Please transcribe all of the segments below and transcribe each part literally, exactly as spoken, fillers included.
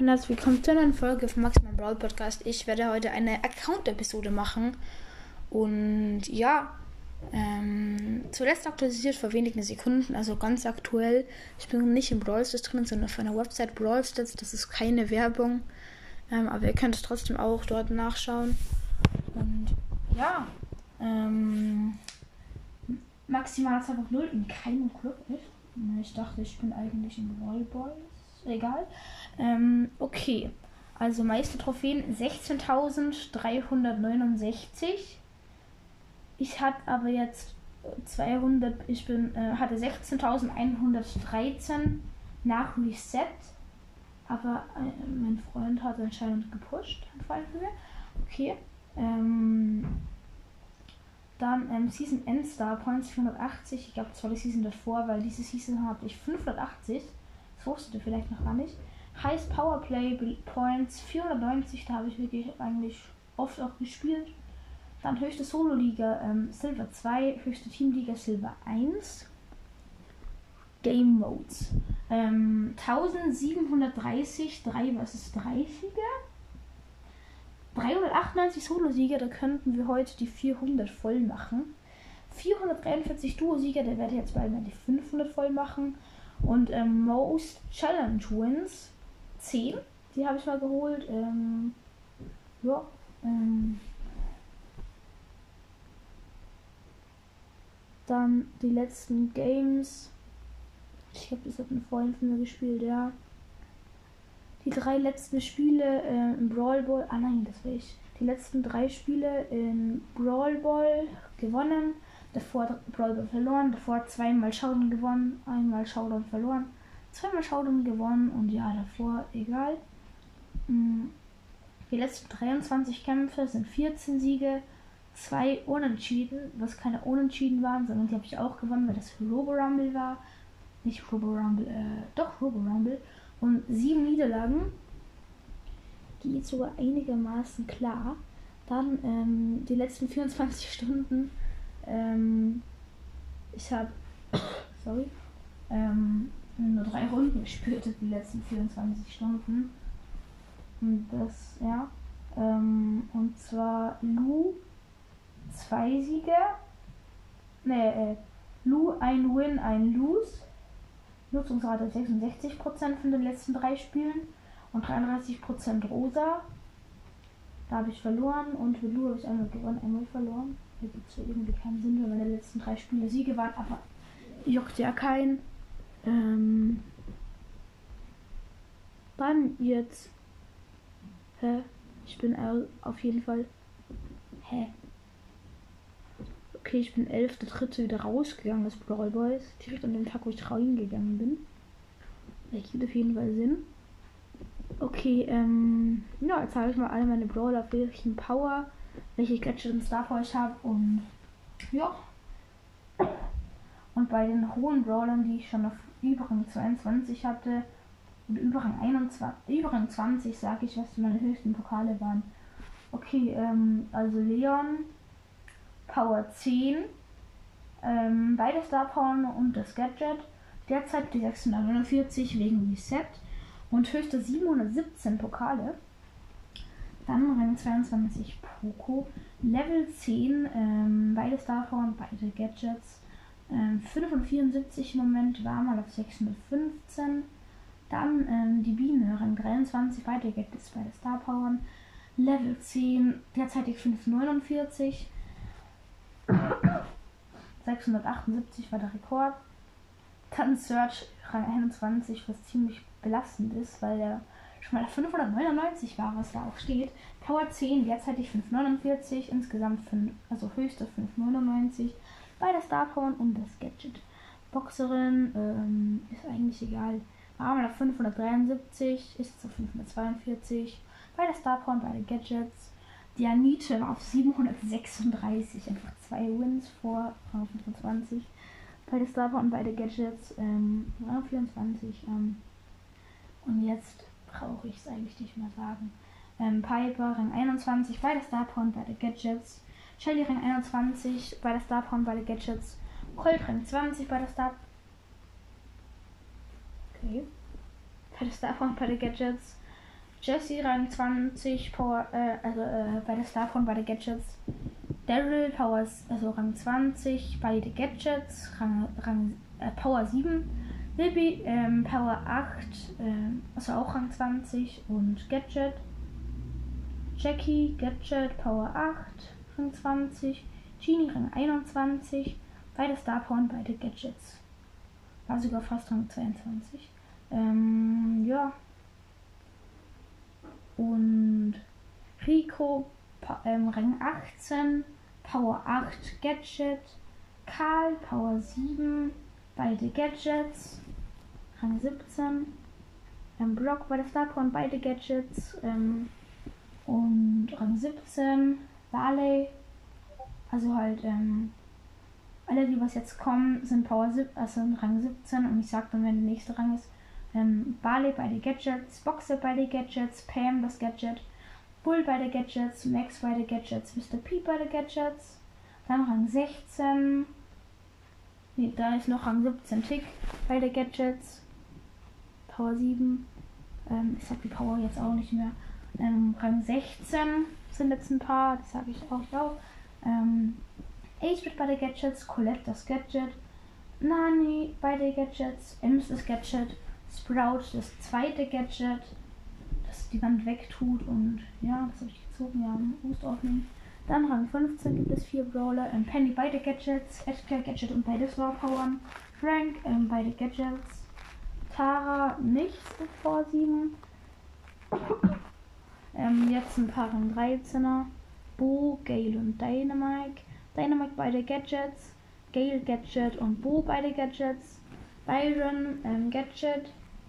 und herzlich willkommen zu einer neuen Folge vom Maximal Brawl Podcast. Ich werde heute eine Account-Episode machen und ja, ähm, zuletzt aktualisiert vor wenigen Sekunden, also ganz aktuell. Ich bin nicht im Brawl Stars drin, sondern auf einer Website Brawl Stars. Das ist keine Werbung, ähm, aber ihr könnt es trotzdem auch dort nachschauen. Und ja, ähm, maximal zwei Punkt null in keinem Club ist. Ich dachte, ich bin eigentlich in Brawl Boys. Egal. Ähm, okay. Also meiste Trophäen sechzehntausenddreihundertneunundsechzig. Ich hatte aber jetzt zweihundert, ich bin, äh, hatte sechzehntausendeinhundertdreizehn nach Reset. Aber äh, mein Freund hat anscheinend gepusht. Okay. Ähm, dann ähm, Season End Star Points vierhundertachtzig. Ich glaube, das war die Season davor, weil diese Season hatte ich fünfhundertachtzig. Das wusstet ihr vielleicht noch gar nicht. Highest Powerplay Points vierhundertneunzig. Da habe ich wirklich eigentlich oft auch gespielt. Dann höchste Solo-Liga ähm, Silver zwei. Höchste Teamliga Silver eins. Game Modes. Ähm, eintausendsiebenhundertdreißig. drei versus drei Sieger. dreihundertachtundneunzig Solo-Sieger, da könnten wir heute die vierhundert voll machen. vierhundertdreiundvierzig Duo-Sieger, der werde jetzt bald mal die fünfhundert voll machen. Und ähm, Most Challenge Wins zehn, die habe ich mal geholt. Ähm, ja, ähm, dann die letzten Games. Ich glaube, das hat ein Freund von mir gespielt, ja. Die drei letzten Spiele äh, im Brawl Ball, ah nein, das war ich. Die letzten drei Spiele in Brawl Ball gewonnen, davor Brawl Ball verloren, davor zweimal Showdown gewonnen, einmal Showdown verloren, zweimal Showdown gewonnen und ja, davor egal. Die letzten dreiundzwanzig Kämpfe sind vierzehn Siege, zwei Unentschieden, was keine Unentschieden waren, sondern die habe ich auch gewonnen, weil das Robo Rumble war. Nicht Robo Rumble, äh, doch Robo Rumble. Und sieben Niederlagen. Geht sogar einigermaßen klar. Dann ähm, die letzten vierundzwanzig Stunden. Ähm, ich habe sorry, ähm, nur drei Runden gespielt die letzten vierundzwanzig Stunden. Und das, ja. Ähm, und zwar Lu zwei Siege. Ne, äh, Lu ein Win, ein Lose. Nutzungsrate sechsundsechzig Prozent von den letzten drei Spielen und dreiunddreißig Prozent Rosa. Da habe ich verloren und mit Lu habe ich einmal gewonnen, einmal verloren. Da gibt es irgendwie keinen Sinn, weil meine letzten drei Spiele Siege waren, aber juckt ja keinen. Ähm, dann jetzt. Hä? Ich bin auf jeden Fall. Hä? Okay, ich bin elfter dritte wieder rausgegangen aus Brawl Boys. Direkt an dem Tag, wo ich reingegangen bin. Das gibt auf jeden Fall Sinn. Okay, ähm. Ja, jetzt habe ich mal alle meine Brawler auf welchen Power, welche Gadget und Star Power ich habe und. Ja. Und bei den hohen Brawlern, die ich schon auf Überrang zweiundzwanzig hatte, und Überrang einundzwanzig, Überrang zwanzig, sage ich, was meine höchsten Pokale waren. Okay, ähm, also Leon. Power zehn, ähm, beide Star Power und das Gadget. Derzeit die sechshundertneunundvierzig wegen Reset und höchste siebenhundertsiebzehn Pokale. Dann Rang zweiundzwanzig Poco, Level zehn, ähm, beide Star Power und beide Gadgets. Ähm, fünfhundertvierundsiebzig im Moment, war mal auf sechshundertfünfzehn. Dann ähm, die Biene, Rang dreiundzwanzig, beide Gadgets, beide Star Power. Level zehn, derzeitig fünfhundertneunundvierzig. sechshundertachtundsiebzig war der Rekord. Dann Search Rang einundzwanzig, was ziemlich belastend ist, weil der schon mal fünfhundertneunundneunzig war, was da auch steht. Power zehn, derzeitig fünfhundertneunundvierzig, insgesamt fünf, also höchste fünfhundertneunundneunzig bei der Star Power und das Gadget. Boxerin, ähm, ist eigentlich egal. War mal auf fünfhundertdreiundsiebzig, ist jetzt auf fünfhundertzweiundvierzig bei der Star Power und bei den Gadgets. Die Anite war auf siebenhundertsechsunddreißig, einfach zwei Wins vor fünfundzwanzig. Beide Star Power und beide Gadgets, ähm, vierundzwanzig. Ähm, und jetzt brauche ich es eigentlich nicht mehr sagen. Ähm, Piper, Rang einundzwanzig, beide Star Power und beide Gadgets. Shelly, Rang einundzwanzig, beide Star Power und beide Gadgets. Colt, Rang zwanzig, beide Star Okay. Beide Star Power und beide Gadgets. Jesse Rang zwanzig, Power, äh, also äh, bei der Starporn, bei den Gadgets. Daryl, Power, also Rang zwanzig, beide Gadgets, Rang, Rang äh, Power sieben. Libby, ähm, Power acht, ähm, also auch Rang zwanzig und Gadget. Jackie, Gadget, Power acht, Rang zwanzig. Genie, Rang einundzwanzig, beide Starporn, beide Gadgets. War sogar fast Rang zweiundzwanzig. Ähm, ja. Und Rico, pa ähm, Rang achtzehn, Power acht, Gadget. Karl, Power sieben, beide Gadgets. Rang siebzehn. Ähm, Brock bei der Starporn, beide Gadgets. Ähm, und Rang siebzehn. Barley, also halt, ähm, alle, die was jetzt kommen, sind Power siebzehn, also Rang siebzehn. Und ich sag dann, wenn der nächste Rang ist, ähm, Barley beide Gadgets, Boxer beide Gadgets, Pam das Gadget, Bull beide Gadgets, Max beide Gadgets, Mister P beide Gadgets. Dann Rang sechzehn. Ne, da ist noch Rang siebzehn Tick beide Gadgets. Power sieben. Ähm, ich sag die Power jetzt auch nicht mehr. Ähm, Rang sechzehn sind jetzt ein paar, das sage ich auch auch. Ähm, Ace beide Gadgets, Colette das Gadget, Nani beide Gadgets, Ems das Gadget, Sprout das zweite Gadget, das die Wand wegtut und ja, das habe ich gezogen, ja, Boost aufnehmen. Dann Rang fünfzehn gibt es vier Brawler, ähm, Penny beide Gadgets, Edgar Gadget und beide Star Powern, Frank ähm, beide Gadgets, Tara nichts vor sieben. ähm, jetzt ein paar Rang dreizehner, Bo, Gale und Dynamite. Dynamite beide Gadgets, Gale Gadget und Bo beide Gadgets, Byron ähm, Gadget.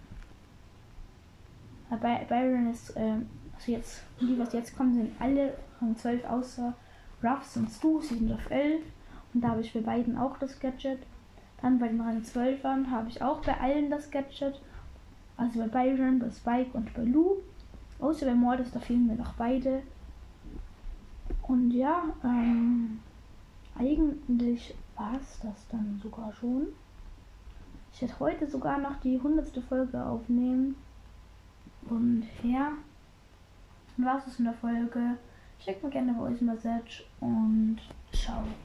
By Byron ist, ähm, also jetzt, die was jetzt kommen, sind alle Rang zwölf außer Ruffs und Stu, sie sind auf elf und da habe ich für beiden auch das Gadget. Dann bei den Rang zwölfern habe ich auch bei allen das Gadget, also bei Byron, bei Spike und bei Lou. Außer bei Mortis, da fehlen mir noch beide. Und ja, ähm, eigentlich war es das dann sogar schon. Ich werde heute sogar noch die hundertste Folge aufnehmen. Und ja, dann war es in der Folge. Schickt mir gerne bei euch ein Message und ciao.